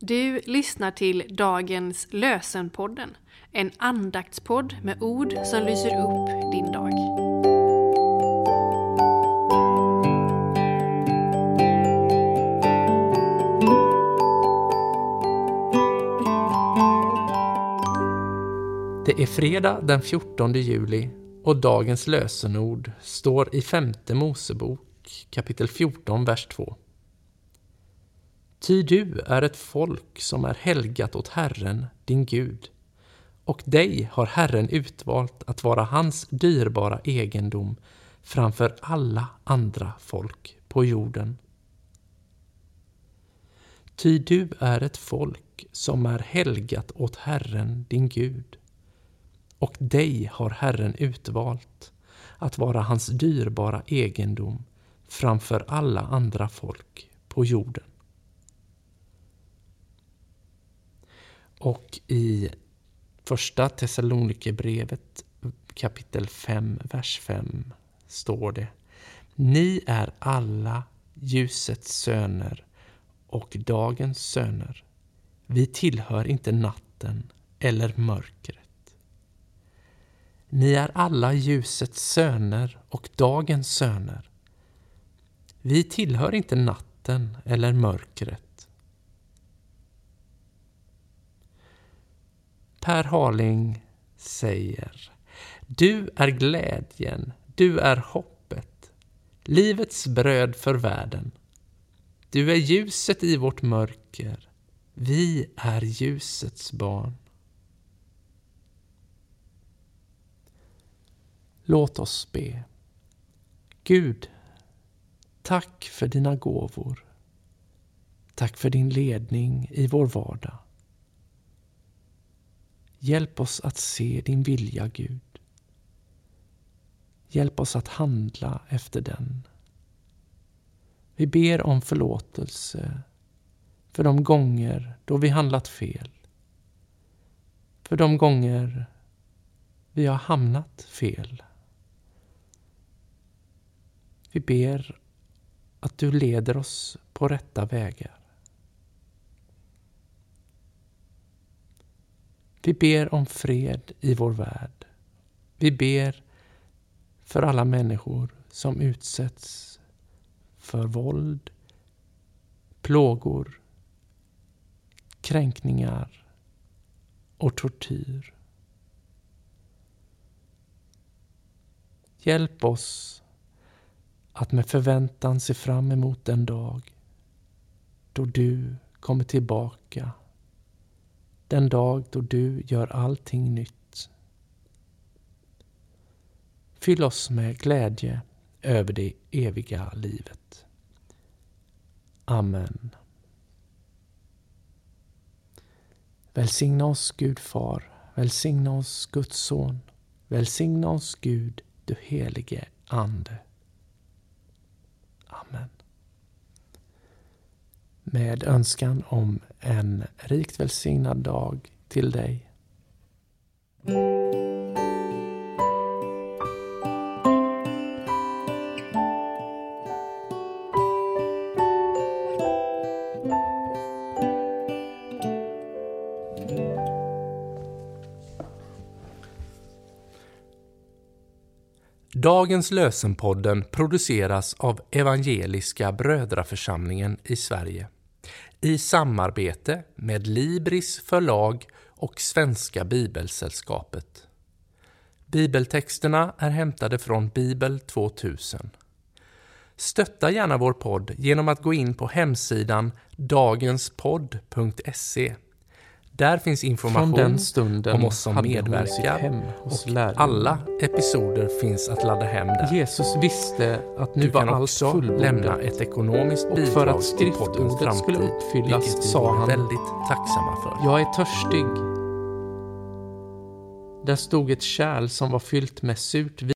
Du lyssnar till dagens Lösenpodden, en andaktspodd med ord som lyser upp din dag. Det är fredag den 14 juli och dagens lösenord står i 5:e Mosebok kapitel 14, vers 2. Ty du är ett folk som är helgat åt Herren, din Gud, och dig har Herren utvalt att vara hans dyrbara egendom framför alla andra folk på jorden. Ty du är ett folk som är helgat åt Herren, din Gud, och dig har Herren utvalt att vara hans dyrbara egendom framför alla andra folk på jorden. Och i första Thessalonikerbrevet kapitel 5, vers 5 står det: Ni är alla ljusets söner och dagens söner. Vi tillhör inte natten eller mörkret. Ni är alla ljusets söner och dagens söner. Vi tillhör inte natten eller mörkret. Per Harling säger: Du är glädjen, du är hoppet, livets bröd för världen. Du är ljuset i vårt mörker, vi är ljusets barn. Låt oss be. Gud, tack för dina gåvor. Tack för din ledning i vår vardag. Hjälp oss att se din vilja, Gud. Hjälp oss att handla efter den. Vi ber om förlåtelse för de gånger då vi handlat fel. För de gånger vi har hamnat fel. Vi ber att du leder oss på rätta vägar. Vi ber om fred i vår värld. Vi ber för alla människor som utsätts för våld, plågor, kränkningar och tortyr. Hjälp oss att med förväntan se fram emot den dag då du kommer tillbaka. Den dag då du gör allting nytt. Fyll oss med glädje över det eviga livet. Amen. Välsigna oss, Gud Far. Välsigna oss, Guds son. Välsigna oss, Gud, du helige Ande. Amen. Med önskan om en rikt välsignad dag till dig. Dagens Lösenpodden produceras av Evangeliska Brödraförsamlingen i Sverige i samarbete med Libris förlag och Svenska Bibelsällskapet. Bibeltexterna är hämtade från Bibel 2000. Stötta gärna vår podd genom att gå in på hemsidan dagenspodd.se. Där finns information om oss som medverkar och alla episoder finns att ladda hem där. Jesus visste att nu var allt fullbordat. Lämna ett ekonomiskt bidrag för att skriftordet skulle uppfyllas, sa han, väldigt tacksamma för. Jag är törstig. Där stod ett kärl som var fyllt med surt vin.